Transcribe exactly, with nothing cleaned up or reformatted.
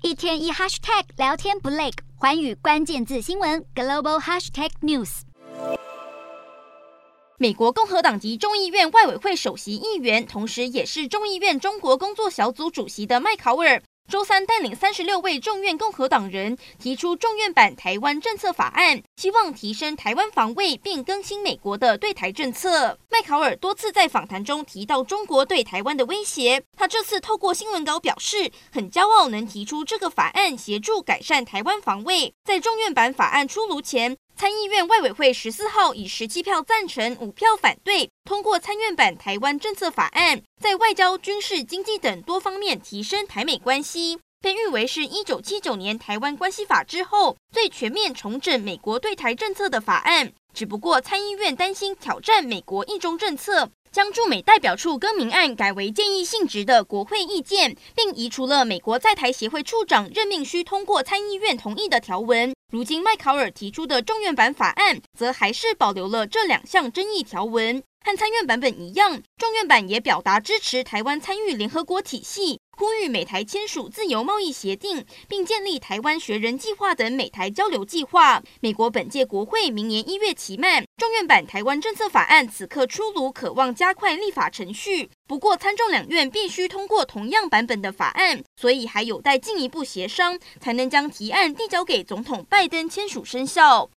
一天一 hashtag 聊天不累，寰宇关键字新闻 global hashtag news。 美国共和党籍众议院外委会首席议员，同时也是众议院中国工作小组主席的麦考尔，周三带领三十六位众院共和党人提出众院版台湾政策法案，希望提升台湾防卫并更新美国的对台政策。麦考尔多次在访谈中提到中国对台湾的威胁，他这次透过新闻稿表示，很骄傲能提出这个法案，协助改善台湾防卫。在众院版法案出炉前，参议院外委会十四号以十七票赞成、五票反对通过参院版台湾政策法案，在外交、军事、经济等多方面提升台美关系，被誉为是一九七九年台湾关系法之后最全面重整美国对台政策的法案。只不过参议院担心挑战美国一中政策，将驻美代表处更名案改为建议性质的国会意见，并移除了美国在台协会处长任命需通过参议院同意的条文。如今麦考尔提出的众院版法案，则还是保留了这两项争议条文。和参院版本一样，众院版也表达支持台湾参与联合国体系，呼吁美台签署自由贸易协定，并建立台湾学人计划等美台交流计划。美国本届国会明年一月期满，众院版台湾政策法案此刻出炉，渴望加快立法程序。不过参众两院必须通过同样版本的法案，所以还有待进一步协商，才能将提案递交给总统拜登签署生效。